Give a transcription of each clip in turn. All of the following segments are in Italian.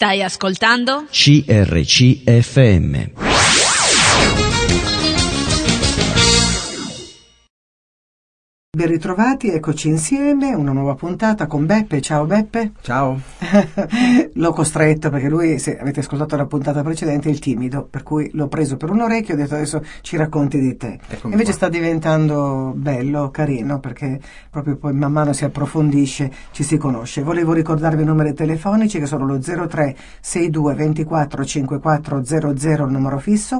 Stai ascoltando? CRC FM. Ben ritrovati, eccoci insieme, una nuova puntata con Beppe. Ciao Beppe. Ciao. L'ho costretto perché lui, se avete ascoltato la puntata precedente, è il timido, per cui l'ho preso per un orecchio e ho detto adesso ci racconti di te. Eccomi Invece qua. sta diventando bello, carino, perché proprio poi man mano si approfondisce, ci si conosce. Volevo ricordarvi i numeri telefonici che sono lo 03 62 24 54 00, il numero fisso,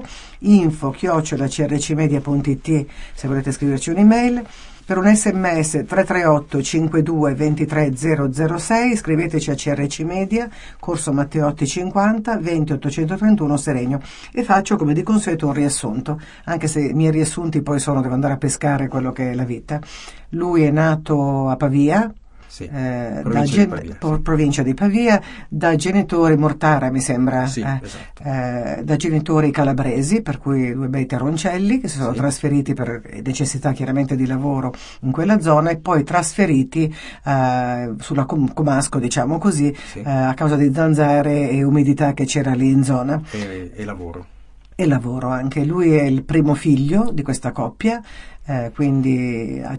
info@crcmedia.it se volete scriverci un'email. Per un sms 338 52 23 006, scriveteci a CRC Media, Corso Matteotti 50, 20 831 Seregno, e faccio come di consueto un riassunto, anche se i miei riassunti poi devo andare a pescare quello che è la vita. Lui è nato a Pavia, Sì, provincia di Pavia, da genitori Mortara, mi sembra, sì, esatto. Da genitori calabresi, per cui due bei terroncelli che si sono Sì. trasferiti per necessità chiaramente di lavoro in quella zona e poi trasferiti sulla Comasco, diciamo così, Sì. a causa di zanzare e umidità che c'era lì in zona. E lavoro. E lavoro anche. Lui è il primo figlio di questa coppia, quindi ha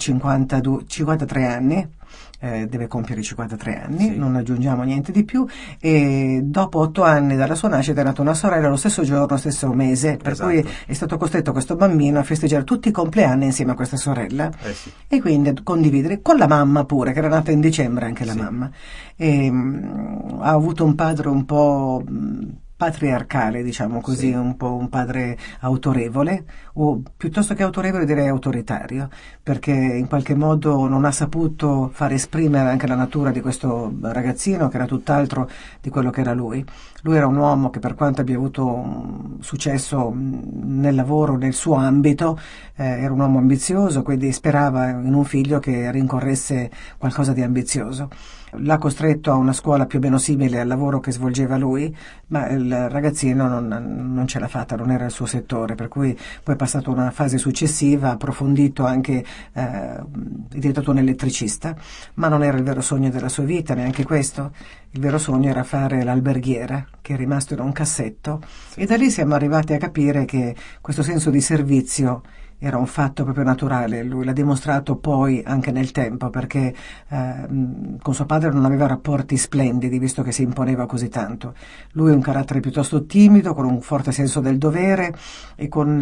53 anni. Deve compiere 53 anni, Sì. non aggiungiamo niente di più, e dopo 8 anni dalla sua nascita è nata una sorella lo stesso giorno, stesso mese, per Esatto. cui è stato costretto questo bambino a festeggiare tutti i compleanni insieme a questa sorella, Sì. e quindi a condividere con la mamma pure, che era nata in dicembre anche la Sì. mamma. E, ha avuto un padre un po' patriarcale, diciamo così, Sì. un po' un padre autorevole, o piuttosto che autorevole direi autoritario, perché in qualche modo non ha saputo far esprimere anche la natura di questo ragazzino, che era tutt'altro di quello che era lui. Lui era un uomo che, per quanto abbia avuto successo nel lavoro, nel suo ambito, era un uomo ambizioso, quindi sperava in un figlio che rincorresse qualcosa di ambizioso. L'ha costretto a una scuola più o meno simile al lavoro che svolgeva lui, ma il ragazzino non ce l'ha fatta, non era il suo settore, per cui poi è passato una fase successiva, ha approfondito anche, è diventato un elettricista, ma non era il vero sogno della sua vita, neanche questo. Il vero sogno era fare l'alberghiera, che è rimasto in un cassetto, e da lì siamo arrivati a capire che questo senso di servizio era un fatto proprio naturale. Lui l'ha dimostrato poi anche nel tempo, perché con suo padre non aveva rapporti splendidi, visto che si imponeva così tanto. Lui ha un carattere piuttosto timido, con un forte senso del dovere e con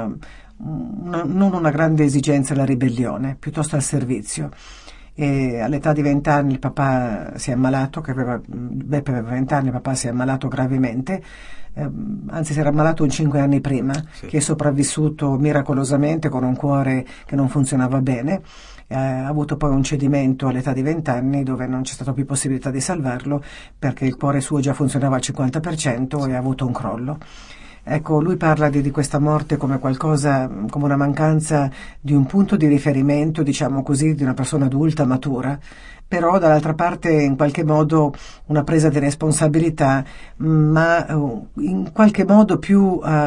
non una grande esigenza alla ribellione, piuttosto al servizio. E all'età di 20 anni il papà si è ammalato, Beppe aveva 20 anni, il papà si è ammalato gravemente, anzi si era ammalato 5 anni prima, Sì. che è sopravvissuto miracolosamente con un cuore che non funzionava bene. Ha avuto poi un cedimento all'età di 20 anni dove non c'è stata più possibilità di salvarlo, perché il cuore suo già funzionava al 50% e ha avuto un crollo. Ecco, lui parla di questa morte come qualcosa, come una mancanza di un punto di riferimento, diciamo così, di una persona adulta, matura, però dall'altra parte in qualche modo una presa di responsabilità, ma in qualche modo più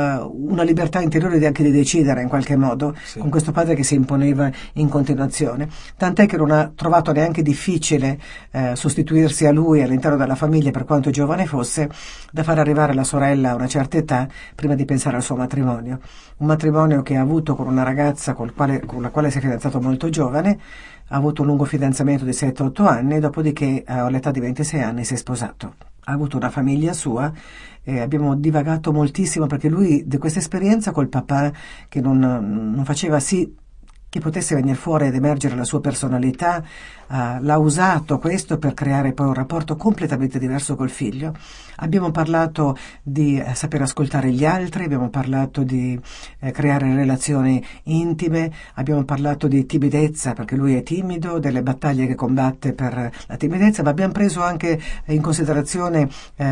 una libertà interiore anche di decidere in qualche modo, Sì. con questo padre che si imponeva in continuazione. Tant'è che non ha trovato neanche difficile sostituirsi a lui all'interno della famiglia, per quanto giovane fosse, da far arrivare la sorella a una certa età prima di pensare al suo matrimonio. Un matrimonio che ha avuto con una ragazza con la quale si è fidanzato molto giovane, ha avuto un lungo fidanzamento di 7-8 anni, dopodiché all'età di 26 anni si è sposato. Ha avuto una famiglia sua, abbiamo divagato moltissimo perché lui di questa esperienza col papà che non faceva sì che potesse venire fuori ed emergere la sua personalità, l'ha usato questo per creare poi un rapporto completamente diverso col figlio. Abbiamo parlato di saper ascoltare gli altri, abbiamo parlato di creare relazioni intime, abbiamo parlato di timidezza, perché lui è timido, delle battaglie che combatte per la timidezza, ma abbiamo preso anche in considerazione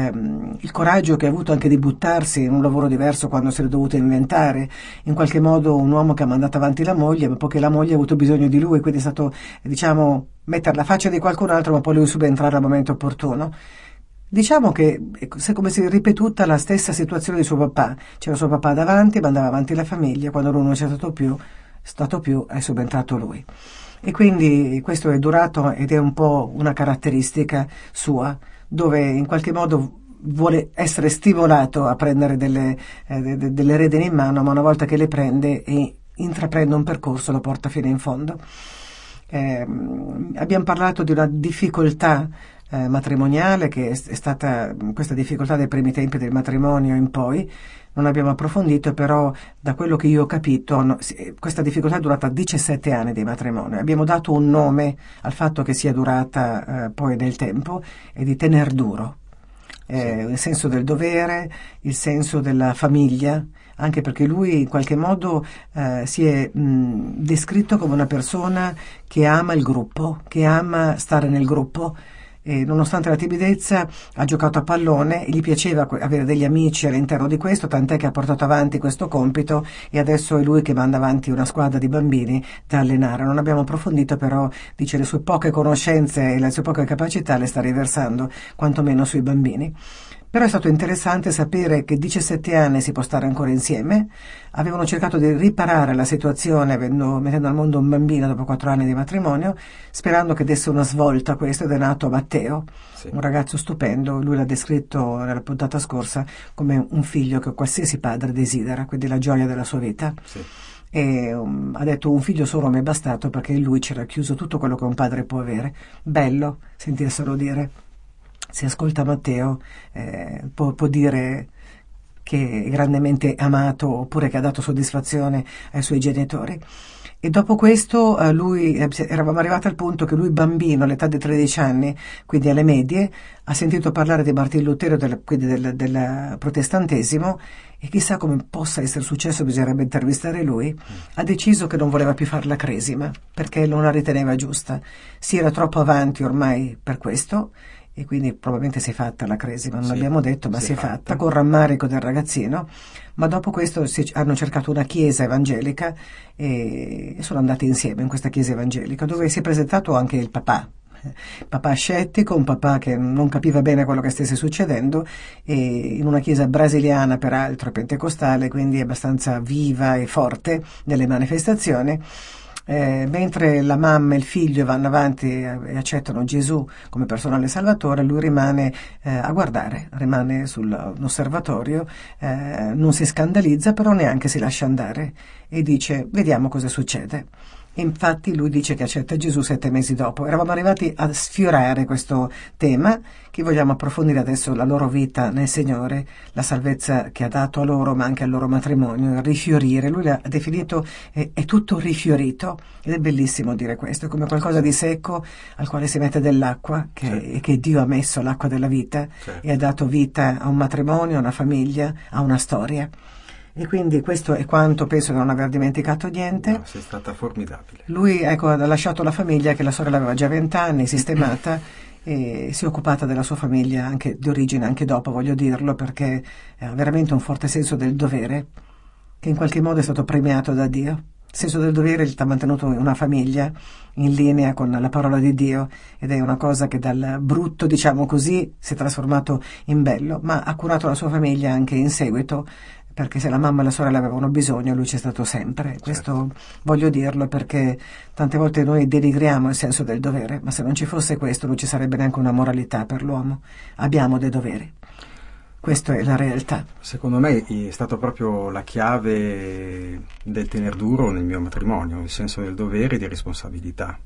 il coraggio che ha avuto anche di buttarsi in un lavoro diverso quando si è dovuto inventare, in qualche modo un uomo che ha mandato avanti la moglie, ma poi che la moglie ha avuto bisogno di lui, quindi è stato, diciamo, mettere la faccia di qualcun altro, ma poi lui subentrare al momento opportuno. Diciamo che è come se ripetuta la stessa situazione di suo papà. C'era suo papà davanti, mandava avanti la famiglia, quando lui non c'è stato più è subentrato lui. E quindi questo è durato ed è un po' una caratteristica sua, dove in qualche modo vuole essere stimolato a prendere delle redini in mano, ma una volta che le prende e intraprende un percorso lo porta fino in fondo. Abbiamo parlato di una difficoltà matrimoniale che è stata questa difficoltà dei primi tempi del matrimonio in poi. Non abbiamo approfondito, però da quello che io ho capito questa difficoltà è durata 17 anni di matrimonio. Abbiamo dato un nome al fatto che sia durata poi nel tempo, e di tener duro. Il senso del dovere, il senso della famiglia, anche perché lui in qualche modo si è descritto come una persona che ama il gruppo, che ama stare nel gruppo. E nonostante la timidezza ha giocato a pallone e gli piaceva avere degli amici all'interno di questo, tant'è che ha portato avanti questo compito e adesso è lui che manda avanti una squadra di bambini da allenare. Non abbiamo approfondito, però dice le sue poche conoscenze e le sue poche capacità le sta riversando quantomeno sui bambini. Però è stato interessante sapere che 17 anni si può stare ancora insieme. Avevano cercato di riparare la situazione mettendo al mondo un bambino dopo 4 anni di matrimonio, sperando che desse una svolta a questo, ed è nato Matteo, un ragazzo stupendo. Lui l'ha descritto nella puntata scorsa come un figlio che qualsiasi padre desidera, quindi la gioia della sua vita. E ha detto: un figlio solo mi è bastato, perché in lui c'era chiuso tutto quello che un padre può avere. Bello sentirselo dire. Se ascolta Matteo può dire che è grandemente amato, oppure che ha dato soddisfazione ai suoi genitori. E dopo questo eravamo arrivati al punto che lui, bambino, all'età di 13 anni, quindi alle medie, ha sentito parlare di Martin Lutero, quindi del protestantesimo, e chissà come possa essere successo, bisognerebbe intervistare lui. Ha deciso che non voleva più fare la cresima, perché non la riteneva giusta. Si era troppo avanti ormai per questo, e quindi probabilmente si è fatta la cresima, non l'abbiamo detto, ma si è fatta con rammarico del ragazzino. Ma dopo questo hanno cercato una chiesa evangelica e sono andati insieme in questa chiesa evangelica, dove si è presentato anche il papà scettico, un papà che non capiva bene quello che stesse succedendo, e in una chiesa brasiliana, peraltro pentecostale, quindi abbastanza viva e forte nelle manifestazioni. Mentre la mamma e il figlio vanno avanti e accettano Gesù come personale salvatore, lui rimane a guardare, rimane sull'osservatorio, non si scandalizza, però neanche si lascia andare, e dice: vediamo cosa succede. Infatti lui dice che accetta Gesù 7 mesi dopo. Eravamo arrivati a sfiorare questo tema che vogliamo approfondire adesso: la loro vita nel Signore, la salvezza che ha dato a loro, ma anche al loro matrimonio, il rifiorire. Lui l'ha definito è tutto rifiorito, ed è bellissimo dire questo, come qualcosa di secco al quale si mette dell'acqua, che Dio ha messo, l'acqua della vita, e ha dato vita a un matrimonio, a una famiglia, a una storia. E quindi questo è quanto penso di non aver dimenticato niente. No, sei stata formidabile. Lui ha lasciato la famiglia, che la sorella aveva già 20 anni, sistemata, e si è occupata della sua famiglia anche di origine, anche dopo, voglio dirlo, perché ha veramente un forte senso del dovere, che in qualche modo è stato premiato da Dio. Il senso del dovere gli ha mantenuto una famiglia in linea con la parola di Dio, ed è una cosa che dal brutto, diciamo così, si è trasformato in bello, ma ha curato la sua famiglia anche in seguito, perché se la mamma e la sorella avevano bisogno, lui c'è stato sempre. Questo voglio dirlo, perché tante volte noi denigriamo il senso del dovere, ma se non ci fosse questo non ci sarebbe neanche una moralità per l'uomo. Abbiamo dei doveri. Questa è la realtà. Secondo me è stato proprio la chiave del tener duro nel mio matrimonio, il senso del dovere e di responsabilità.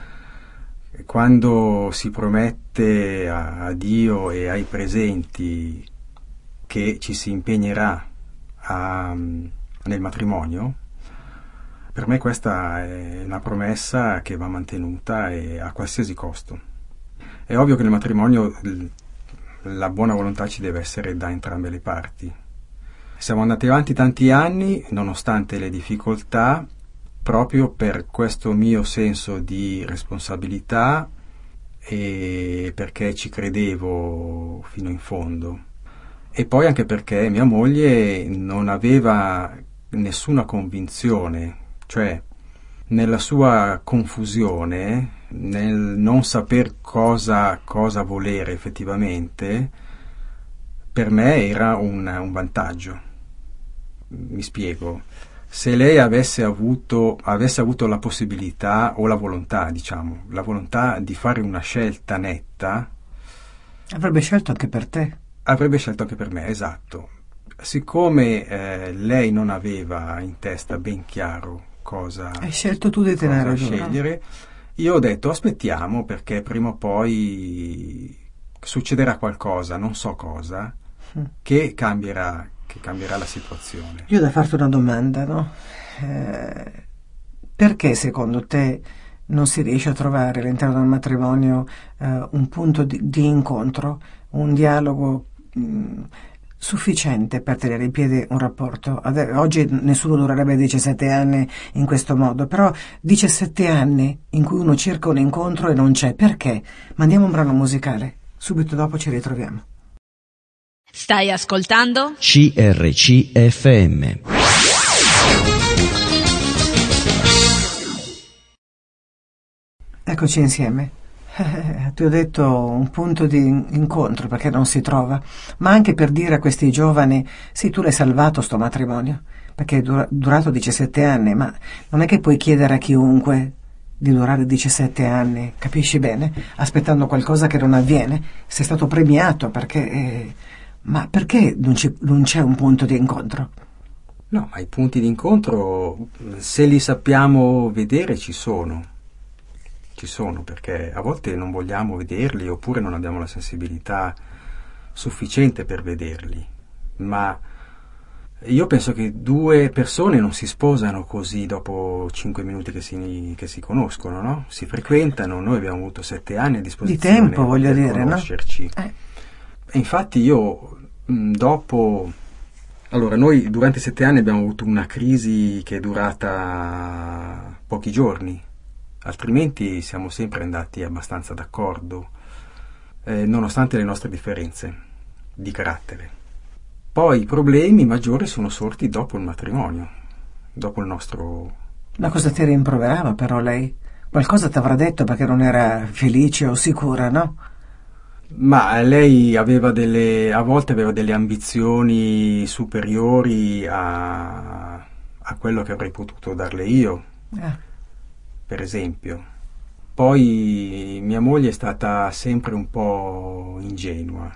Quando si promette a Dio e ai presenti che ci si impegnerà nel matrimonio, per me questa è una promessa che va mantenuta, e a qualsiasi costo. È ovvio che nel matrimonio la buona volontà ci deve essere da entrambe le parti. Siamo andati avanti tanti anni nonostante le difficoltà, proprio per questo mio senso di responsabilità e perché ci credevo fino in fondo. E poi anche perché mia moglie non aveva nessuna convinzione, cioè nella sua confusione, nel non saper cosa volere effettivamente, per me era un vantaggio. Mi spiego. Se lei avesse avuto la possibilità o la volontà, la volontà di fare una scelta netta, avrebbe scelto anche per te. Avrebbe scelto anche per me, esatto. Siccome lei non aveva in testa ben chiaro cosa, Hai scelto tu di tenere cosa scegliere, io ho detto aspettiamo, perché prima o poi succederà qualcosa, non so cosa, che cambierà la situazione. Io ho da farti una domanda, no? Perché secondo te non si riesce a trovare all'interno del matrimonio un punto di incontro, un dialogo sufficiente per tenere in piedi un rapporto? Oggi nessuno durerebbe 17 anni in questo modo, però 17 anni in cui uno cerca un incontro e non c'è. Perché? Mandiamo un brano musicale, subito dopo ci ritroviamo. Stai ascoltando? CRCFM. Eccoci insieme. Ti ho detto un punto di incontro perché non si trova, ma anche per dire a questi giovani, sì, tu l'hai salvato sto matrimonio, perché è durato 17 anni, ma non è che puoi chiedere a chiunque di durare 17 anni, capisci bene? Aspettando qualcosa che non avviene. Sei stato premiato perché... ma perché non c'è un punto di incontro? No, ma i punti di incontro, se li sappiamo vedere, ci sono, perché a volte non vogliamo vederli oppure non abbiamo la sensibilità sufficiente per vederli, ma io penso che due persone non si sposano così dopo 5 minuti che si conoscono, no? Si frequentano, noi abbiamo avuto 7 anni a disposizione di tempo, voglio per dire, conoscerci. No? E infatti io dopo... Allora, noi durante 7 anni abbiamo avuto una crisi che è durata pochi giorni, altrimenti siamo sempre andati abbastanza d'accordo, nonostante le nostre differenze di carattere. Poi i problemi maggiori sono sorti dopo il matrimonio, dopo il nostro... Ma cosa ti rimproverava però lei? Qualcosa ti avrà detto perché non era felice o sicura, no? Ma lei a volte aveva delle ambizioni superiori a quello che avrei potuto darle io, per esempio. Poi mia moglie è stata sempre un po' ingenua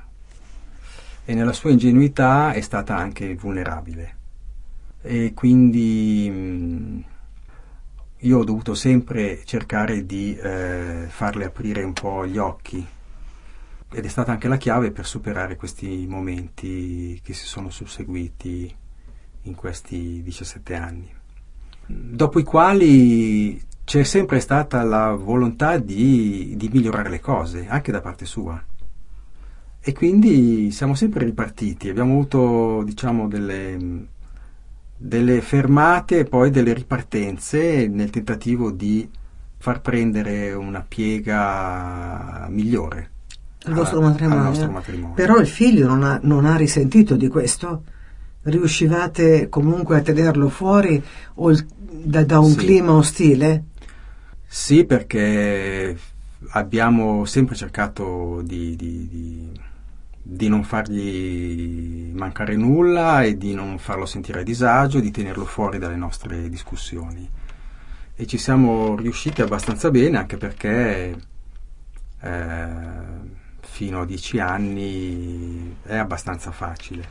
e nella sua ingenuità è stata anche vulnerabile e quindi io ho dovuto sempre cercare di farle aprire un po' gli occhi. Ed è stata anche la chiave per superare questi momenti che si sono susseguiti in questi 17 anni, dopo i quali c'è sempre stata la volontà di migliorare le cose, anche da parte sua. E quindi siamo sempre ripartiti, abbiamo avuto, diciamo, delle fermate e poi delle ripartenze nel tentativo di far prendere una piega migliore al vostro matrimonio. Però il figlio non ha risentito di questo? Riuscivate comunque a tenerlo fuori da un clima ostile? Sì, perché abbiamo sempre cercato di non fargli mancare nulla e di non farlo sentire a disagio, di tenerlo fuori dalle nostre discussioni. E ci siamo riusciti abbastanza bene, anche perché fino a 10 anni è abbastanza facile.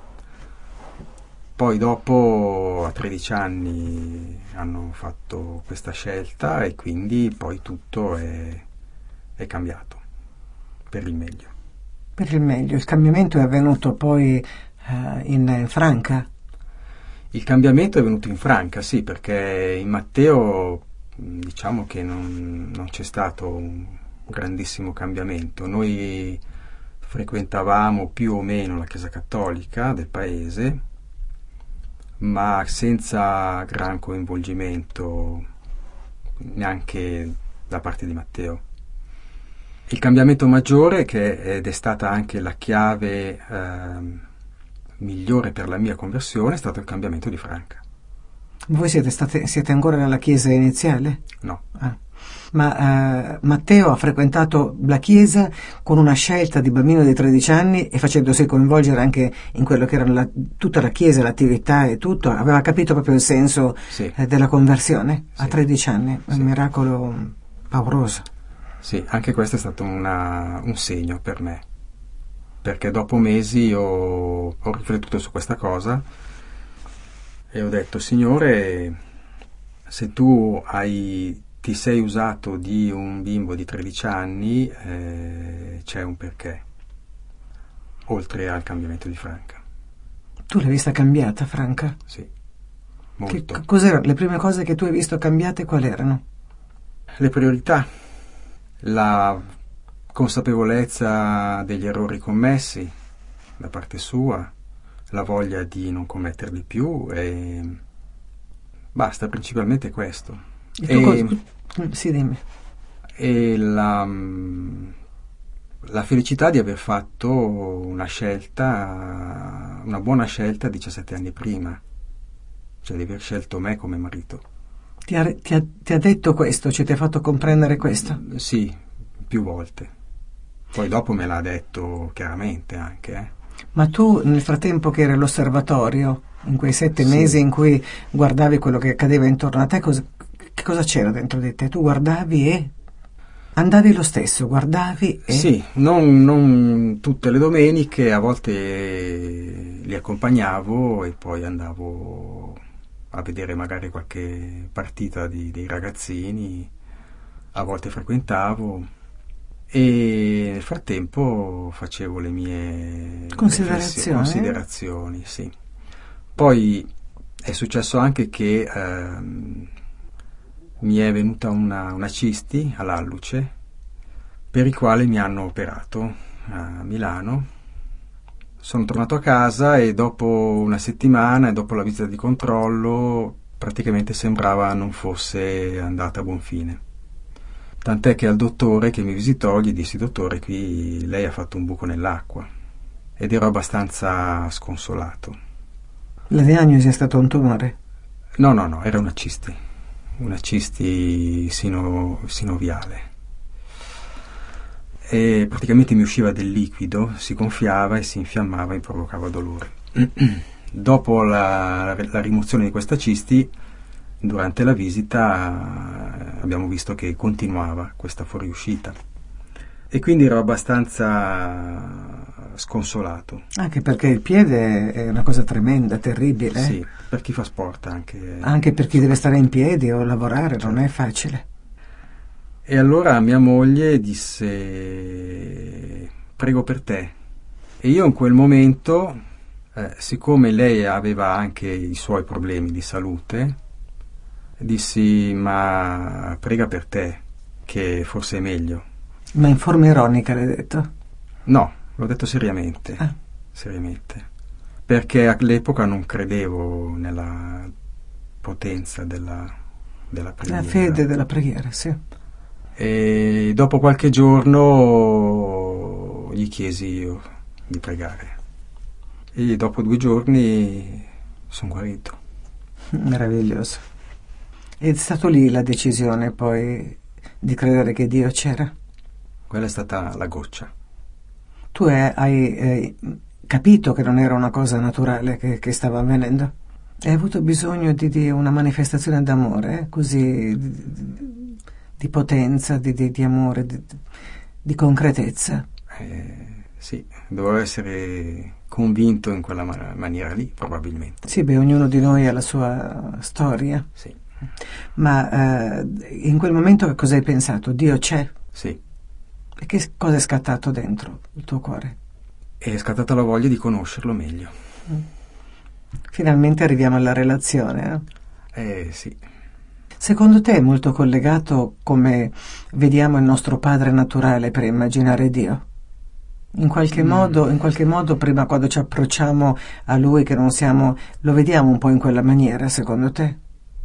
Poi dopo, a 13 anni, hanno fatto questa scelta e quindi poi tutto è cambiato per il meglio. Per il meglio. Il cambiamento è avvenuto poi in Franca? Il cambiamento è venuto in Franca, sì, perché in Matteo diciamo che non c'è stato un grandissimo cambiamento. Noi frequentavamo più o meno la Chiesa Cattolica del paese, ma senza gran coinvolgimento neanche da parte di Matteo. Il cambiamento maggiore, ed è stata anche la chiave migliore per la mia conversione, è stato il cambiamento di Franca. Voi siete ancora nella chiesa iniziale? No. Ma Matteo ha frequentato la chiesa con una scelta di bambino di 13 anni e facendosi coinvolgere anche in quello che era tutta la chiesa, l'attività e tutto. Aveva capito proprio il senso della conversione a 13 anni. È un miracolo pauroso. Sì, anche questo è stato un segno per me, perché dopo mesi ho riflettuto su questa cosa e ho detto: Signore, se tu ti sei usato di un bimbo di 13 anni, c'è un perché, oltre al cambiamento di Franca. Tu l'hai vista cambiata, Franca? Sì, molto. Cos'erano le prime cose che tu hai visto cambiate? Quali erano? Le priorità, la consapevolezza degli errori commessi da parte sua, la voglia di non commetterli più e basta, principalmente questo. Sì, dimmi. E la felicità di aver fatto una buona scelta 17 anni prima, cioè di aver scelto me come marito. Ti ha detto questo? Ti ha fatto comprendere questo? Sì, più volte. Poi dopo me l'ha detto chiaramente anche. Ma tu, nel frattempo che eri all'osservatorio, in quei 7 Sì. mesi in cui guardavi quello che accadeva intorno a te, che cosa c'era dentro di te? Tu guardavi e andavi lo stesso, guardavi e... Sì, non tutte le domeniche, a volte li accompagnavo e poi andavo a vedere magari qualche partita dei ragazzini, a volte frequentavo e nel frattempo facevo le mie considerazioni, sì. Poi è successo anche che mi è venuta una cisti all'alluce, per il quale mi hanno operato a Milano. Sono tornato a casa e dopo una settimana e dopo la visita di controllo praticamente sembrava non fosse andata a buon fine. Tant'è che al dottore che mi visitò gli dissi: dottore, qui lei ha fatto un buco nell'acqua, ed ero abbastanza sconsolato. La diagnosi è stata un tumore? No, era una cisti sinoviale. E praticamente mi usciva del liquido, si gonfiava e si infiammava e provocava dolore. Dopo la rimozione di questa cisti, durante la visita abbiamo visto che continuava questa fuoriuscita e quindi ero abbastanza sconsolato. Anche perché il piede è una cosa tremenda, terribile. Sì, per chi fa sport anche. Anche per chi deve stare in piedi o lavorare, certo. Non è facile. E allora mia moglie disse: prego per te. E io in quel momento, siccome lei aveva anche i suoi problemi di salute, dissi: ma prega per te, che forse è meglio. Ma in forma ironica l'hai detto? No, l'ho detto seriamente. Seriamente. Perché all'epoca non credevo nella potenza della preghiera. La fede della preghiera, sì. E dopo qualche giorno gli chiesi io di pregare e dopo 2 giorni sono guarito. Meraviglioso. È stato lì la decisione poi di credere che Dio c'era? Quella è stata la goccia. Tu hai capito che non era una cosa naturale che stava avvenendo? Hai avuto bisogno di una manifestazione d'amore, così di potenza, di amore, di concretezza. Sì, dovevo essere convinto in quella maniera lì, probabilmente. Sì, ognuno di noi ha la sua storia. Sì. Ma in quel momento che cosa hai pensato? Dio c'è? Sì. E che cosa è scattato dentro il tuo cuore? È scattata la voglia di conoscerlo meglio. Finalmente arriviamo alla relazione. Sì. Secondo te è molto collegato come vediamo il nostro padre naturale per immaginare Dio? In qualche modo prima, quando ci approcciamo a Lui, che non siamo, lo vediamo un po' in quella maniera, secondo te?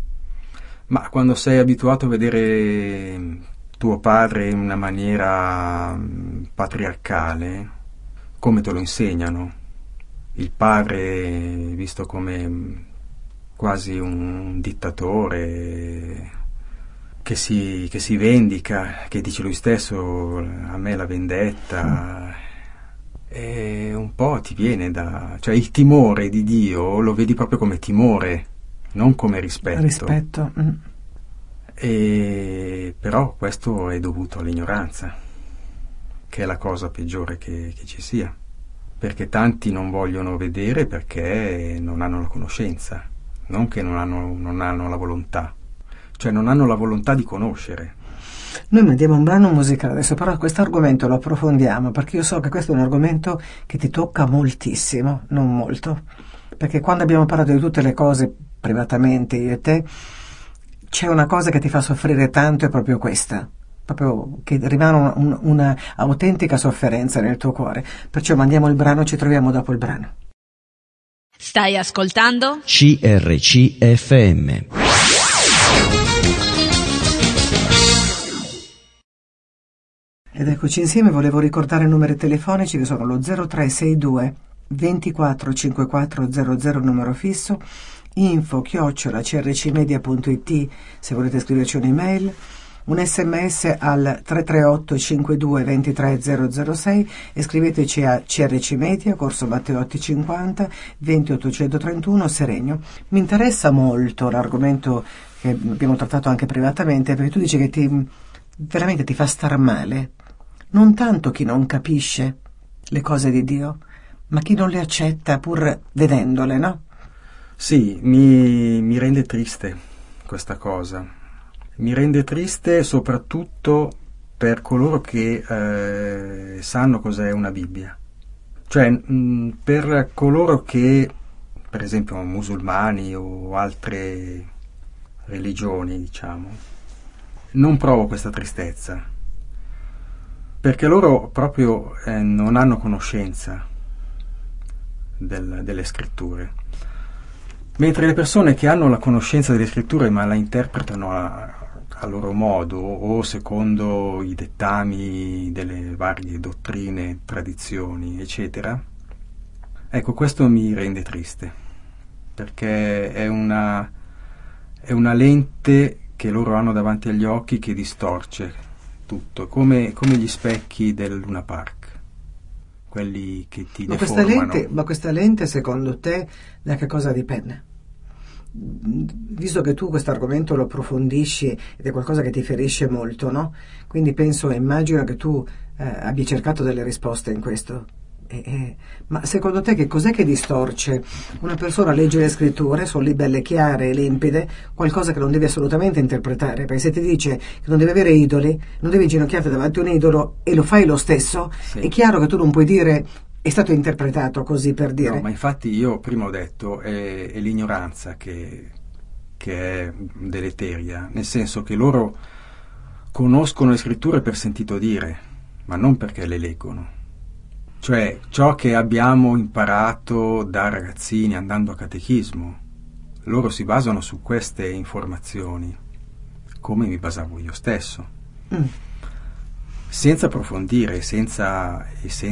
Ma quando sei abituato a vedere tuo padre in una maniera patriarcale, come te lo insegnano, il padre visto come quasi un dittatore che si vendica, che dice lui stesso: a me la vendetta, e un po' ti viene cioè il timore di Dio lo vedi proprio come timore, non come rispetto. E però questo è dovuto all'ignoranza, che è la cosa peggiore che ci sia. perché tanti non vogliono vedere perché non hanno la conoscenza, non che non hanno la volontà, cioè non hanno la volontà di conoscere. Noi mandiamo un brano musicale adesso, però questo argomento lo approfondiamo, perché io so che questo è un argomento che ti tocca moltissimo, non molto, perché quando abbiamo parlato di tutte le cose privatamente, io e te, c'è una cosa che ti fa soffrire tanto, è proprio questa, proprio che rimane una autentica sofferenza nel tuo cuore. Perciò mandiamo il brano, ci troviamo dopo il brano. Stai ascoltando? CRCFM. Ed eccoci insieme, volevo ricordare i numeri telefonici che sono lo 0362 24 5400 numero fisso, info@crcmedia.it se volete scriverci un'email, un sms al 338 52 23 006 e scriveteci a CRC Media, Corso Matteotti 50 20831 Seregno. Mi interessa molto l'argomento che abbiamo trattato anche privatamente, perché tu dici che veramente ti fa star male, non tanto chi non capisce le cose di Dio, ma chi non le accetta pur vedendole, no? Sì, mi rende triste questa cosa. Mi rende triste soprattutto per coloro che sanno cos'è una Bibbia. Cioè, per coloro che, per esempio, musulmani o altre religioni, diciamo, non provo questa tristezza, perché loro proprio non hanno conoscenza delle scritture. Mentre le persone che hanno la conoscenza delle scritture ma la interpretano a loro modo o secondo i dettami delle varie dottrine, tradizioni, eccetera, ecco, questo mi rende triste, perché è una lente che loro hanno davanti agli occhi che distorce tutto, come gli specchi del Luna Park, quelli che ti deformano. Ma questa lente secondo te da che cosa dipende? Visto che tu questo argomento lo approfondisci ed è qualcosa che ti ferisce molto, no? Quindi penso e immagino che tu abbia cercato delle risposte in questo. Ma secondo te che cos'è che distorce? Una persona legge le scritture, sono lì belle chiare e limpide, qualcosa che non devi assolutamente interpretare, perché se ti dice che non devi avere idoli, non devi inginocchiarti davanti a un idolo e lo fai lo stesso, sì. È chiaro che tu non puoi dire è stato interpretato così per dire. No, ma infatti io prima ho detto è l'ignoranza che è deleteria, nel senso che loro conoscono le scritture per sentito dire, ma non perché le leggono. Cioè, ciò che abbiamo imparato da ragazzini andando a catechismo, loro si basano su queste informazioni, come mi basavo io stesso, senza approfondire, senza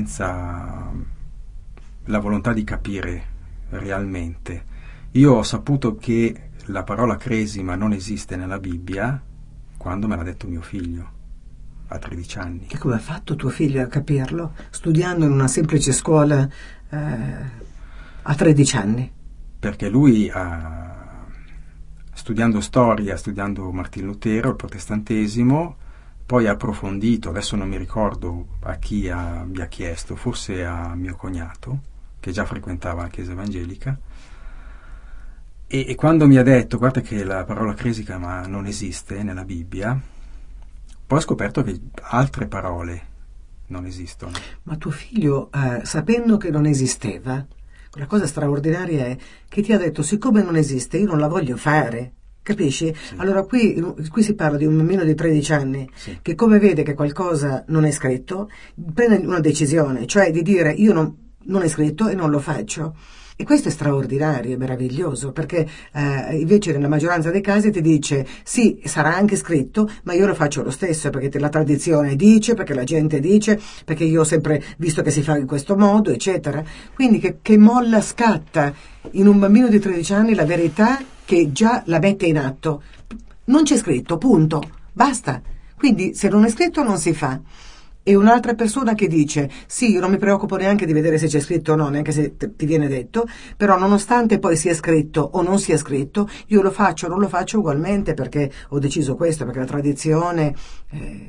la volontà di capire realmente. Io ho saputo che la parola cresima non esiste nella Bibbia quando me l'ha detto mio figlio. A 13 anni. E come ha fatto tuo figlio a capirlo? Studiando in una semplice scuola a 13 anni? Perché lui, studiando storia, studiando Martin Lutero, il protestantesimo, poi ha approfondito, adesso non mi ricordo a chi abbia chiesto, forse a mio cognato, che già frequentava la chiesa evangelica, e quando mi ha detto, guarda che la parola cresima non esiste nella Bibbia, poi ho scoperto che altre parole non esistono. Ma tuo figlio, sapendo che non esisteva, la cosa straordinaria è che ti ha detto, siccome non esiste, io non la voglio fare. Capisci? Sì. Allora qui si parla di un bambino di 13 anni, sì, che come vede che qualcosa non è scritto, prende una decisione, cioè di dire io non è scritto e non lo faccio. E questo è straordinario, è meraviglioso, perché invece nella maggioranza dei casi ti dice sì, sarà anche scritto, ma io lo faccio lo stesso, perché la tradizione dice, perché la gente dice, perché io ho sempre visto che si fa in questo modo, eccetera. Quindi che molla scatta in un bambino di 13 anni la verità che già la mette in atto. Non c'è scritto, punto, basta. Quindi se non è scritto non si fa. E un'altra persona che dice sì, io non mi preoccupo neanche di vedere se c'è scritto o no, neanche se ti viene detto, però nonostante poi sia scritto o non sia scritto, io lo faccio o non lo faccio ugualmente perché ho deciso questo, perché la tradizione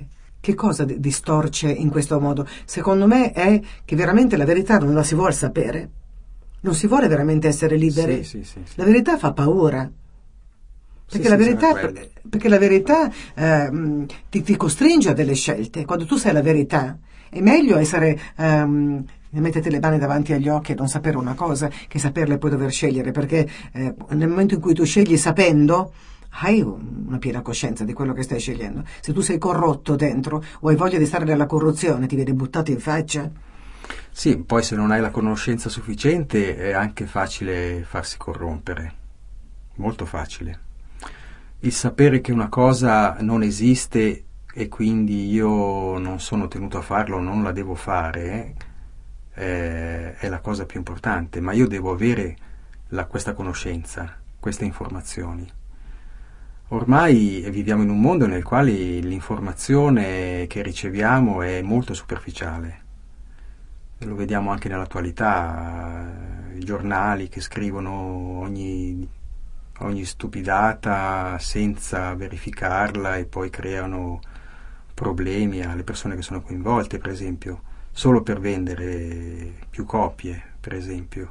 Che cosa distorce in questo modo? Secondo me è che veramente la verità non la si vuole sapere. Non si vuole veramente essere liberi. Sì. La verità fa paura. Perché, la verità ti costringe a delle scelte. Quando tu sai la verità, è meglio essere... mettete le mani davanti agli occhi e non sapere una cosa che saperla e poi dover scegliere, perché nel momento in cui tu scegli sapendo, hai una piena coscienza di quello che stai scegliendo. Se tu sei corrotto dentro o hai voglia di stare nella corruzione, ti viene buttato in faccia. Sì, poi se non hai la conoscenza sufficiente è anche facile farsi corrompere, molto facile. Il sapere che una cosa non esiste e quindi io non sono tenuto a farlo, non la devo fare, è la cosa più importante, ma io devo avere questa conoscenza, queste informazioni. Ormai viviamo in un mondo nel quale l'informazione che riceviamo è molto superficiale. Lo vediamo anche nell'attualità, i giornali che scrivono ogni stupidata senza verificarla e poi creano problemi alle persone che sono coinvolte, per esempio, solo per vendere più copie, per esempio.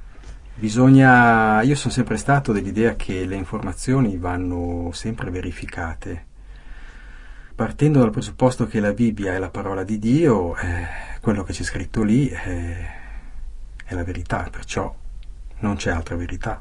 Io sono sempre stato dell'idea che le informazioni vanno sempre verificate. Partendo dal presupposto che la Bibbia è la parola di Dio, quello che c'è scritto lì è la verità, perciò non c'è altra verità.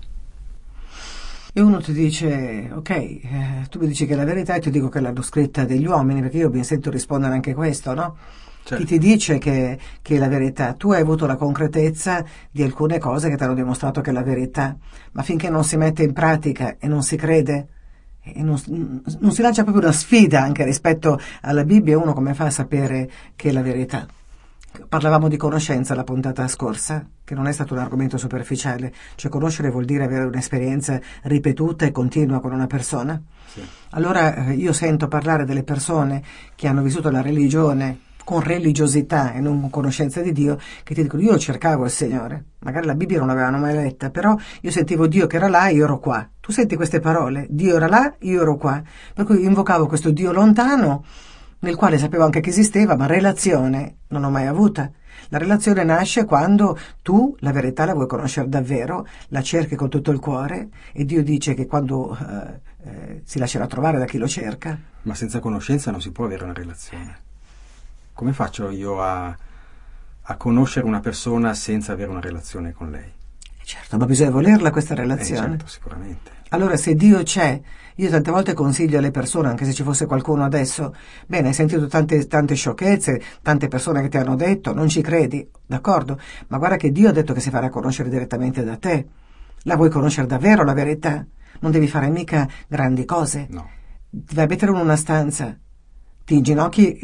E uno ti dice, ok, tu mi dici che è la verità e ti dico che l'hanno scritta degli uomini, perché io mi sento rispondere anche questo, no? Certo. Chi ti dice che è la verità? Tu hai avuto la concretezza di alcune cose che ti hanno dimostrato che è la verità, ma finché non si mette in pratica e non si crede, e non si lancia proprio una sfida anche rispetto alla Bibbia, uno come fa a sapere che è la verità? Parlavamo di conoscenza la puntata scorsa, che non è stato un argomento superficiale, cioè conoscere vuol dire avere un'esperienza ripetuta e continua con una persona. Sì. Allora io sento parlare delle persone che hanno vissuto la religione con religiosità e non con conoscenza di Dio, che ti dicono: io cercavo il Signore, magari la Bibbia non l'avevano mai letta, però io sentivo Dio che era là e io ero qua. Tu senti queste parole? Dio era là, io ero qua. Per cui invocavo questo Dio lontano, nel quale sapevo anche che esisteva, ma relazione non ho mai avuta. La relazione nasce quando tu la verità la vuoi conoscere davvero, la cerchi con tutto il cuore, e Dio dice che quando si lascerà trovare da chi lo cerca. Ma senza conoscenza non si può avere una relazione. Come faccio io a conoscere una persona senza avere una relazione con lei? Certo, ma bisogna volerla questa relazione. Certo, sicuramente. Allora, se Dio c'è, io tante volte consiglio alle persone, anche se ci fosse qualcuno adesso, bene, hai sentito tante sciocchezze, tante persone che ti hanno detto, non ci credi, d'accordo, ma guarda che Dio ha detto che si farà conoscere direttamente da te. La vuoi conoscere davvero la verità? Non devi fare mica grandi cose. No. Ti vai a mettere in una stanza, ti inginocchi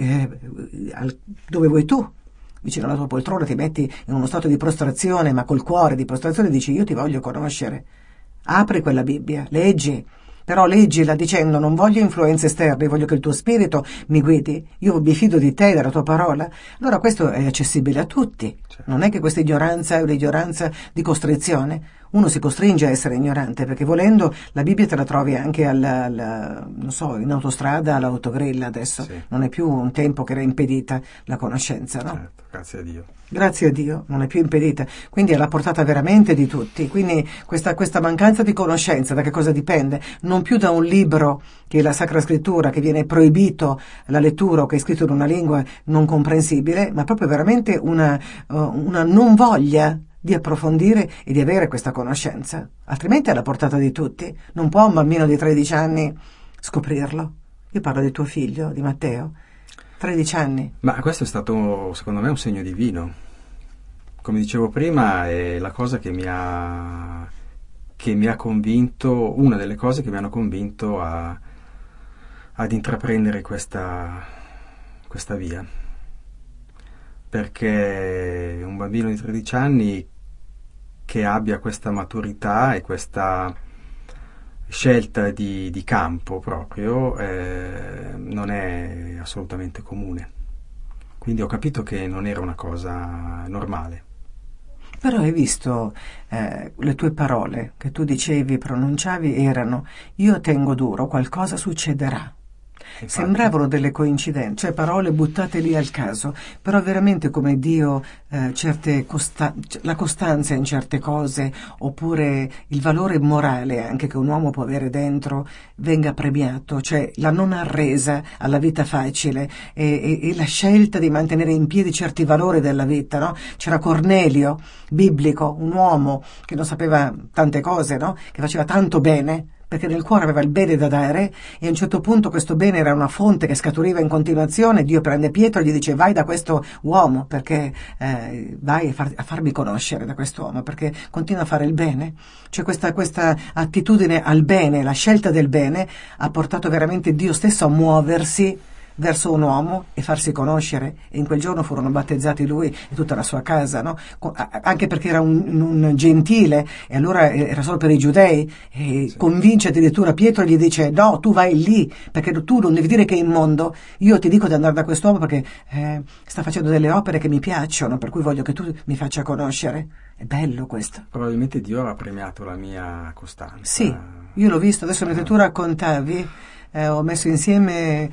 dove vuoi tu, vicino alla tua poltrona, ti metti in uno stato di prostrazione, ma col cuore di prostrazione dici: io ti voglio conoscere. Apri quella Bibbia, leggi, però leggila dicendo: non voglio influenze esterne, voglio che il tuo spirito mi guidi, io mi fido di te e della tua parola. Allora questo è accessibile a tutti. Certo. Non è che questa ignoranza è un'ignoranza di costrizione. Uno si costringe a essere ignorante, perché volendo la Bibbia te la trovi anche non so, in autostrada, all'autogrill adesso. Sì. Non è più un tempo che era impedita la conoscenza, no? Certo, grazie a Dio. Grazie a Dio, non è più impedita, quindi è alla portata veramente di tutti. Quindi questa mancanza di conoscenza da che cosa dipende? Non più da un libro che è la Sacra Scrittura, che viene proibito la lettura o che è scritto in una lingua non comprensibile, ma proprio veramente una non voglia di approfondire e di avere questa conoscenza. Altrimenti è alla portata di tutti. Non può un bambino di 13 anni scoprirlo. Io parlo di tuo figlio, di Matteo. 13 anni. Ma questo è stato, secondo me, un segno divino. Come dicevo prima, è la cosa che mi ha convinto, una delle cose che mi hanno convinto ad intraprendere questa via. Perché un bambino di 13 anni che abbia questa maturità e questa scelta di campo proprio non è assolutamente comune. Quindi ho capito che non era una cosa normale. Però hai visto le tue parole che tu dicevi, pronunciavi, erano: io tengo duro, qualcosa succederà. Sembravano delle coincidenze, cioè parole buttate lì al caso, però veramente come Dio la costanza in certe cose, oppure il valore morale anche che un uomo può avere dentro, venga premiato, cioè la non arresa alla vita facile e la scelta di mantenere in piedi certi valori della vita, no? C'era Cornelio, biblico, un uomo che non sapeva tante cose, no? Che faceva tanto bene, perché nel cuore aveva il bene da dare, e a un certo punto questo bene era una fonte che scaturiva in continuazione. Dio prende Pietro e gli dice: vai da questo uomo, perché vai a farmi conoscere da quest'uomo, perché continua a fare il bene. Cioè questa attitudine al bene, la scelta del bene, ha portato veramente Dio stesso a muoversi verso un uomo e farsi conoscere, e in quel giorno furono battezzati lui e tutta la sua casa, no? Anche perché era un gentile, e allora era solo per i giudei, e sì. Convince addirittura Pietro e gli dice: no, tu vai lì, perché tu non devi dire che è immondo, io ti dico di andare da quest'uomo perché sta facendo delle opere che mi piacciono, per cui voglio che tu mi faccia conoscere. È bello questo. Probabilmente Dio ha premiato la mia costanza. Sì, io l'ho visto, adesso mentre tu raccontavi ho messo insieme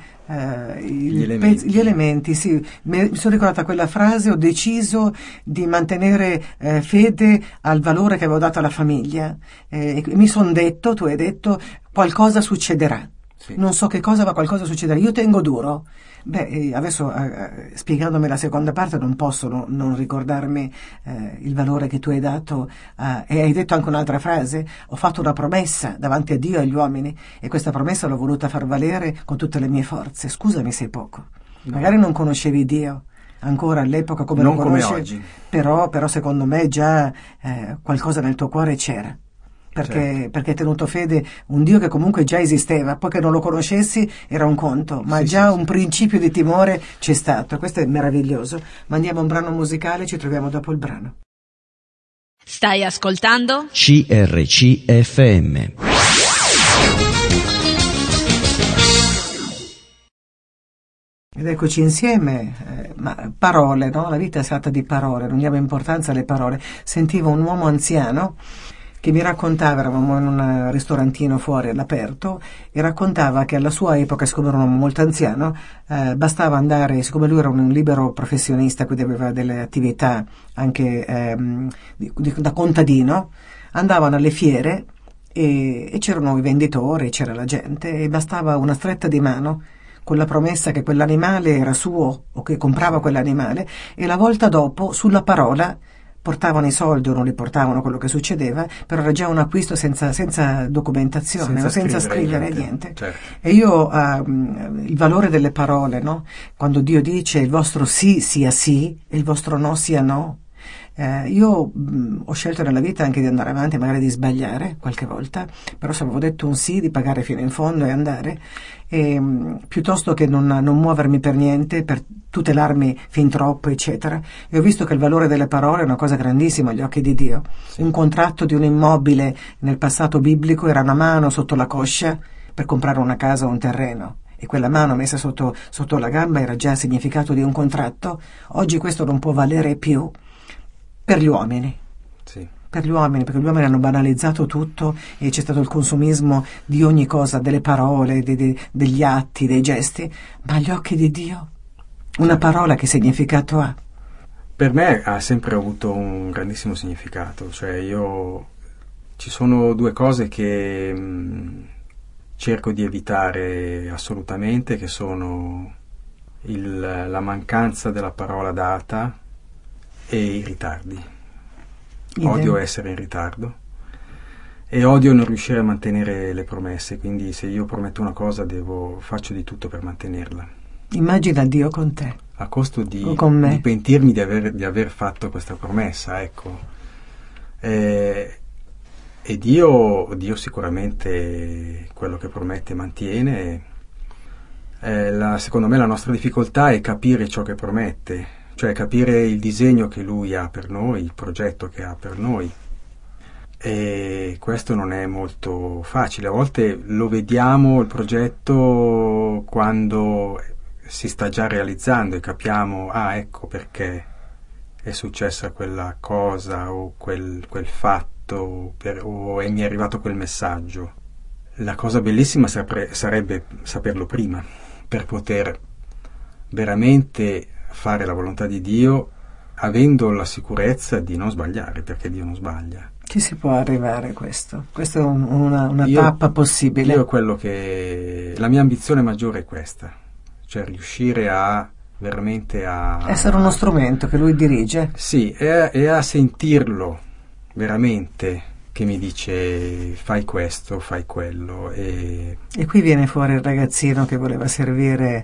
gli elementi, sì. Mi sono ricordata quella frase: ho deciso di mantenere fede al valore che avevo dato alla famiglia, e mi sono detto, tu hai detto, qualcosa succederà. Sì. Non so che cosa, ma qualcosa succederà. Io tengo duro. Adesso spiegandomi la seconda parte non posso non ricordarmi il valore che tu hai dato, e hai detto anche un'altra frase: ho fatto una promessa davanti a Dio e agli uomini, e questa promessa l'ho voluta far valere con tutte le mie forze. Scusami se è poco, no. Magari non conoscevi Dio ancora all'epoca come non lo conosci, come oggi. Però secondo me già qualcosa nel tuo cuore c'era. Perché hai tenuto fede un Dio che comunque già esisteva, poi che non lo conoscessi era un conto, ma già un principio di timore c'è stato. Questo è meraviglioso. Mandiamo un brano musicale, ci troviamo dopo il brano. Stai ascoltando? CRCFM. Ed eccoci insieme, parole, no? La vita è fatta di parole, non diamo importanza alle parole. Sentivo un uomo anziano che mi raccontava, eravamo in un ristorantino fuori all'aperto, e raccontava che alla sua epoca, siccome era un uomo molto anziano, bastava andare, siccome lui era un libero professionista, quindi aveva delle attività anche da contadino, andavano alle fiere e c'erano i venditori, c'era la gente, e bastava una stretta di mano con la promessa che quell'animale era suo o che comprava quell'animale, e la volta dopo, sulla parola, portavano i soldi o non li portavano, quello che succedeva, però era già un acquisto senza documentazione, senza scrivere niente. Certo. E io il valore delle parole, no? Quando Dio dice: il vostro sì sia sì e il vostro no sia no. Io ho scelto nella vita anche di andare avanti, magari di sbagliare qualche volta, però se avevo detto un sì, di pagare fino in fondo e andare, piuttosto che non muovermi per niente, per tutelarmi fin troppo, eccetera. E ho visto che il valore delle parole è una cosa grandissima agli occhi di Dio. Sì. Un contratto di un immobile nel passato biblico era una mano sotto la coscia per comprare una casa o un terreno, e quella mano messa sotto la gamba era già il significato di un contratto. Oggi questo non può valere più per gli uomini. Sì. Per gli uomini, perché gli uomini hanno banalizzato tutto e c'è stato il consumismo di ogni cosa, delle parole, degli atti, dei gesti, ma agli occhi di Dio una parola che significato ha? Per me ha sempre avuto un grandissimo significato, cioè ci sono due cose che cerco di evitare assolutamente, che sono la mancanza della parola data e i ritardi. Odio essere in ritardo e odio non riuscire a mantenere le promesse, quindi se io prometto una cosa faccio di tutto per mantenerla. Immagina Dio con te, a costo di pentirmi di aver fatto questa promessa, ecco. E Dio sicuramente quello che promette mantiene. Secondo me la nostra difficoltà è capire ciò che promette, cioè capire il disegno che Lui ha per noi, il progetto che ha per noi. E questo non è molto facile. A volte lo vediamo il progetto quando si sta già realizzando e capiamo, ecco perché è successa quella cosa o quel fatto o mi è arrivato quel messaggio. La cosa bellissima sarebbe saperlo prima. per poter veramente fare la volontà di Dio, avendo la sicurezza di non sbagliare, perché Dio non sbaglia. Ci si può arrivare a questo? Questa è una tappa possibile. Io la mia ambizione maggiore è questa, cioè riuscire a veramente a essere uno strumento che lui dirige. Sì, e a sentirlo veramente che mi dice fai questo, fai quello. E qui viene fuori il ragazzino che voleva servire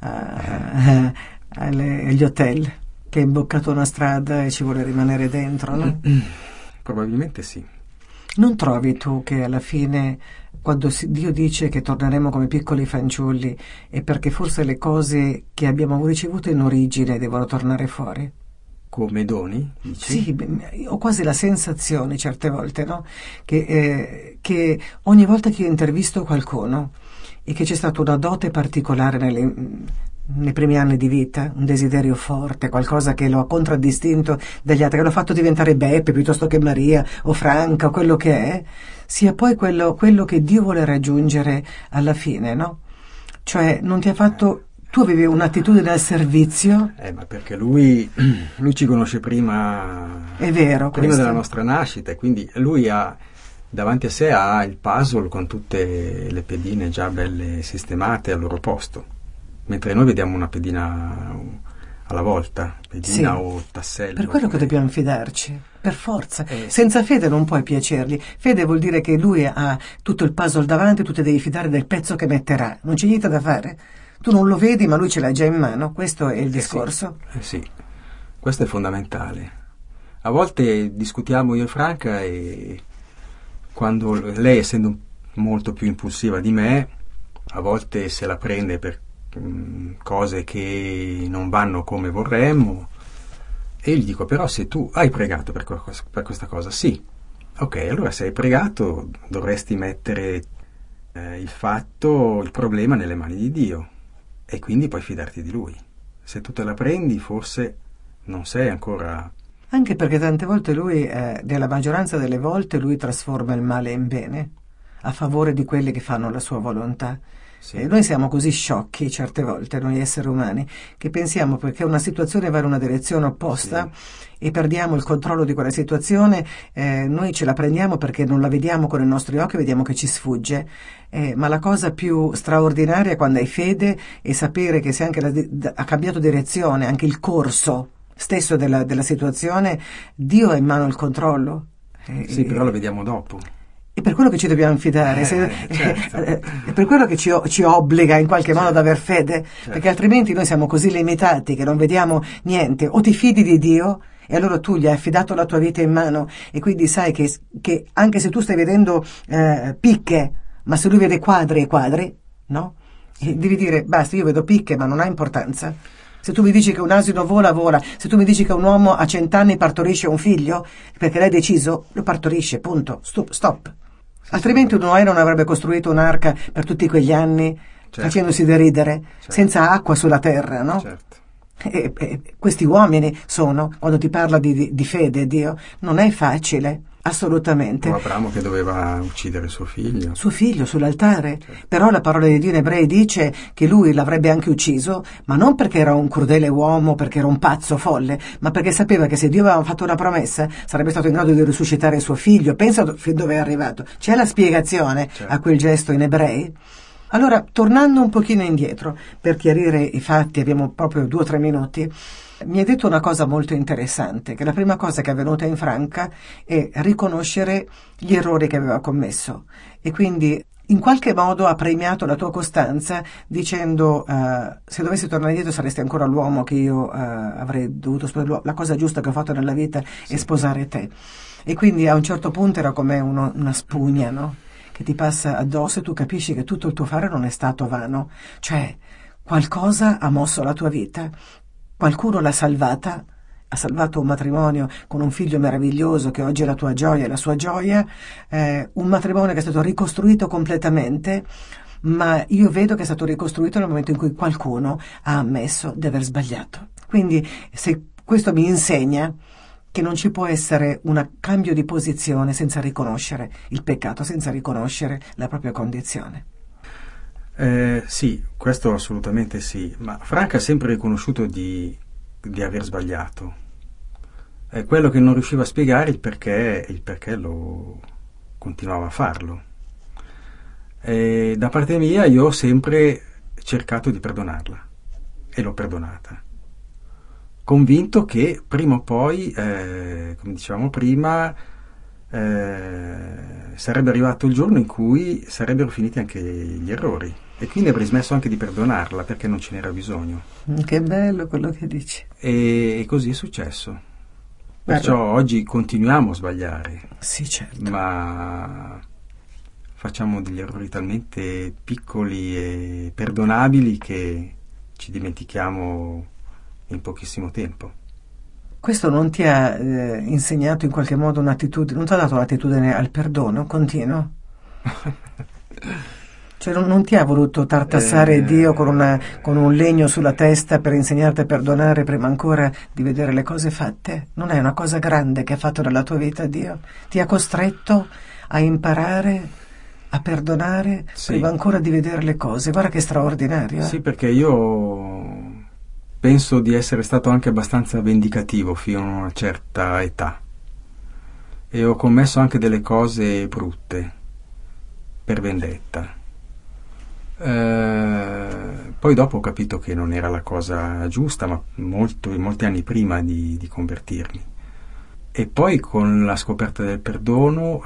agli hotel, che ha imboccato una strada e ci vuole rimanere dentro, no? Probabilmente sì. Non trovi tu che alla fine, quando Dio dice che torneremo come piccoli fanciulli, è perché forse le cose che abbiamo ricevuto in origine devono tornare fuori? Come doni, dici? Sì, ho quasi la sensazione certe volte, no? Che ogni volta che io intervisto qualcuno e che c'è stata una dote particolare nei primi anni di vita, un desiderio forte, qualcosa che lo ha contraddistinto dagli altri, che lo ha fatto diventare Beppe piuttosto che Maria o Franca o quello che è, sia poi quello che Dio vuole raggiungere alla fine, no? Cioè non ti ha fatto... Tu avevi un'attitudine al servizio? Ma perché lui ci conosce prima... È vero, prima della nostra nascita, e quindi lui davanti a sé ha il puzzle con tutte le pedine già belle sistemate al loro posto. Mentre noi vediamo una pedina alla volta, pedina o tassello. Per quello che dobbiamo fidarci, per forza. Senza fede non puoi piacergli. Fede vuol dire che lui ha tutto il puzzle davanti, tu ti devi fidare del pezzo che metterà. Non c'è niente da fare. Tu non lo vedi, ma lui ce l'ha già in mano. Questo è il discorso. Sì, questo è fondamentale. A volte discutiamo io e Franca, e quando lei, essendo molto più impulsiva di me, a volte se la prende per cose che non vanno come vorremmo, e io gli dico: però se tu hai pregato per questa cosa, sì, ok, allora se hai pregato dovresti mettere il problema nelle mani di Dio, e quindi puoi fidarti di lui. Se tu te la prendi, forse non sei ancora... Anche perché tante volte lui, nella maggioranza delle volte, lui trasforma il male in bene a favore di quelli che fanno la sua volontà. Sì. E noi siamo così sciocchi certe volte, noi esseri umani, che pensiamo perché una situazione va in una direzione opposta, sì, e perdiamo il controllo di quella situazione, noi ce la prendiamo perché non la vediamo con i nostri occhi, vediamo che ci sfugge. Ma la cosa più straordinaria è quando hai fede e sapere che se anche ha cambiato direzione, anche il corso stesso della situazione, Dio ha in mano il controllo. Sì, però lo vediamo dopo. È per quello che ci dobbiamo fidare, certo. È per quello che ci obbliga in qualche modo ad aver fede, perché altrimenti noi siamo così limitati che non vediamo niente. O ti fidi di Dio, e allora tu gli hai affidato la tua vita in mano, e quindi sai che anche se tu stai vedendo picche, ma se lui vede quadri e quadri, no? E devi dire: basta, io vedo picche, ma non ha importanza. Se tu mi dici che un asino vola, vola. Se tu mi dici che un uomo a 100 anni partorisce un figlio, perché l'hai deciso, lo partorisce, punto, stop. Altrimenti un Noè non avrebbe costruito un'arca per tutti quegli anni, facendosi deridere, senza acqua sulla terra, no? Certo. E questi uomini sono, quando ti parla di fede, Dio, non è facile, assolutamente. O Abramo che doveva uccidere suo figlio. Suo figlio sull'altare. Certo. Però la parola di Dio in Ebrei dice che lui l'avrebbe anche ucciso, ma non perché era un crudele uomo, perché era un pazzo folle, ma perché sapeva che se Dio aveva fatto una promessa sarebbe stato in grado di risuscitare suo figlio. Pensa fin dove è arrivato. C'è la spiegazione a quel gesto in Ebrei? Allora, tornando un pochino indietro, per chiarire i fatti, abbiamo proprio 2 o 3 minuti, mi ha detto una cosa molto interessante, che la prima cosa che è avvenuta in Franca è riconoscere gli errori che aveva commesso, e quindi in qualche modo ha premiato la tua costanza dicendo: se dovessi tornare indietro saresti ancora l'uomo che io avrei dovuto sposare, la cosa giusta che ho fatto nella vita è sposare te. E quindi a un certo punto era come una spugna, no? Che ti passa addosso, e tu capisci che tutto il tuo fare non è stato vano, cioè qualcosa ha mosso la tua vita, qualcuno l'ha salvata, ha salvato un matrimonio con un figlio meraviglioso che oggi è la tua gioia e la sua gioia, un matrimonio che è stato ricostruito completamente, ma io vedo che è stato ricostruito nel momento in cui qualcuno ha ammesso di aver sbagliato. Quindi se questo mi insegna che non ci può essere un cambio di posizione senza riconoscere il peccato, senza riconoscere la propria condizione. Sì, questo assolutamente sì, ma Franca ha sempre riconosciuto di aver sbagliato. Quello che non riusciva a spiegare il perché lo continuava a farlo. Da parte mia io ho sempre cercato di perdonarla e l'ho perdonata, convinto che prima o poi, come dicevamo prima, sarebbe arrivato il giorno in cui sarebbero finiti anche gli errori e quindi avrei smesso anche di perdonarla perché non ce n'era bisogno. Che bello quello che dici. E così è successo. Perciò oggi continuiamo a sbagliare. Sì, certo. Ma facciamo degli errori talmente piccoli e perdonabili che ci dimentichiamo in pochissimo tempo. Questo non ti ha insegnato in qualche modo un'attitudine, non ti ha dato un'attitudine al perdono continuo? Cioè non ti ha voluto tartassare Dio con un legno sulla testa per insegnarti a perdonare prima ancora di vedere le cose fatte? Non è una cosa grande che ha fatto nella tua vita Dio? Ti ha costretto a imparare a perdonare prima ancora di vedere le cose? Guarda che straordinario. Sì, perché io penso di essere stato anche abbastanza vendicativo fino a una certa età e ho commesso anche delle cose brutte per vendetta. Poi dopo ho capito che non era la cosa giusta, ma molti anni prima di convertirmi. E poi con la scoperta del perdono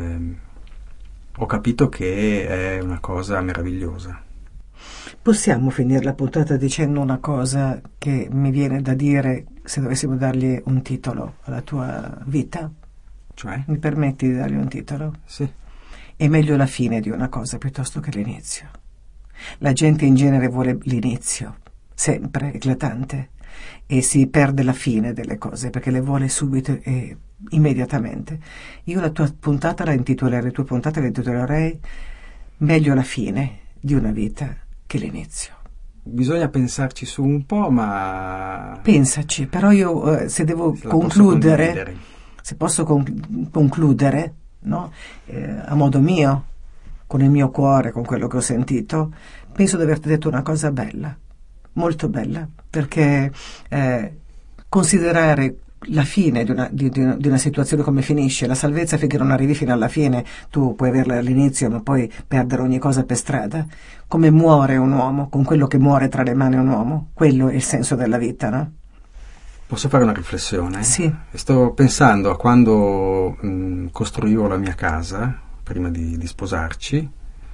ho capito che è una cosa meravigliosa. Possiamo finire la puntata dicendo una cosa che mi viene da dire se dovessimo dargli un titolo alla tua vita? Cioè? Mi permetti di dargli un titolo? Sì. È meglio la fine di una cosa piuttosto che l'inizio. La gente in genere vuole l'inizio, sempre eclatante, e si perde la fine delle cose perché le vuole subito e immediatamente. Io la tua puntata la intitolerei Meglio la fine di una vita che l'inizio. Bisogna pensarci su un po', ma... Pensaci, però io se devo concludere, se posso concludere, no? A modo mio, con il mio cuore, con quello che ho sentito, penso di averti detto una cosa bella, molto bella, perché considerare la fine di una situazione come finisce, la salvezza finché non arrivi fino alla fine, tu puoi averla all'inizio ma poi perdere ogni cosa per strada, come muore un uomo, con quello che muore tra le mani un uomo, quello è il senso della vita, no? Posso fare una riflessione? Sì. Sto pensando a quando costruivo la mia casa, prima di sposarci,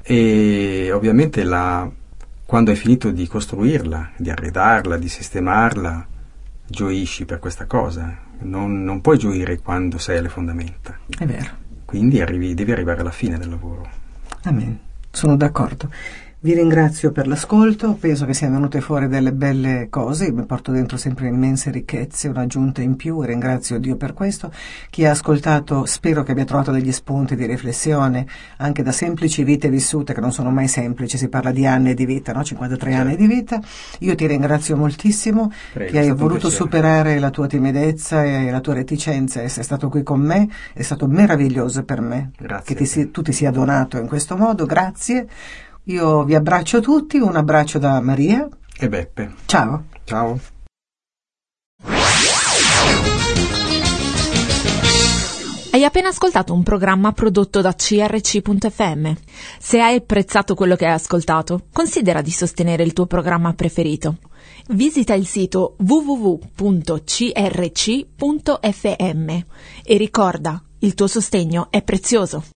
e ovviamente quando hai finito di costruirla, di arredarla, di sistemarla, gioisci per questa cosa. Non puoi gioire quando sei alle fondamenta. È vero. Quindi devi arrivare alla fine del lavoro. Amen. Sono d'accordo. Vi ringrazio per l'ascolto, penso che siano venute fuori delle belle cose, mi porto dentro sempre immense ricchezze, un'aggiunta in più, e ringrazio Dio per questo. Chi ha ascoltato spero che abbia trovato degli spunti di riflessione, anche da semplici vite vissute, che non sono mai semplici, si parla di anni di vita, no? 53 anni di vita. Io ti ringrazio moltissimo. Prego, che hai voluto superare la tua timidezza e la tua reticenza, e sei stato qui con me, è stato meraviglioso per me. Grazie. Che tu ti sia donato in questo modo, grazie. Io vi abbraccio tutti, un abbraccio da Maria e Beppe. Ciao. Ciao. Hai appena ascoltato un programma prodotto da CRC.fm. Se hai apprezzato quello che hai ascoltato, considera di sostenere il tuo programma preferito. Visita il sito www.crc.fm e ricorda, il tuo sostegno è prezioso.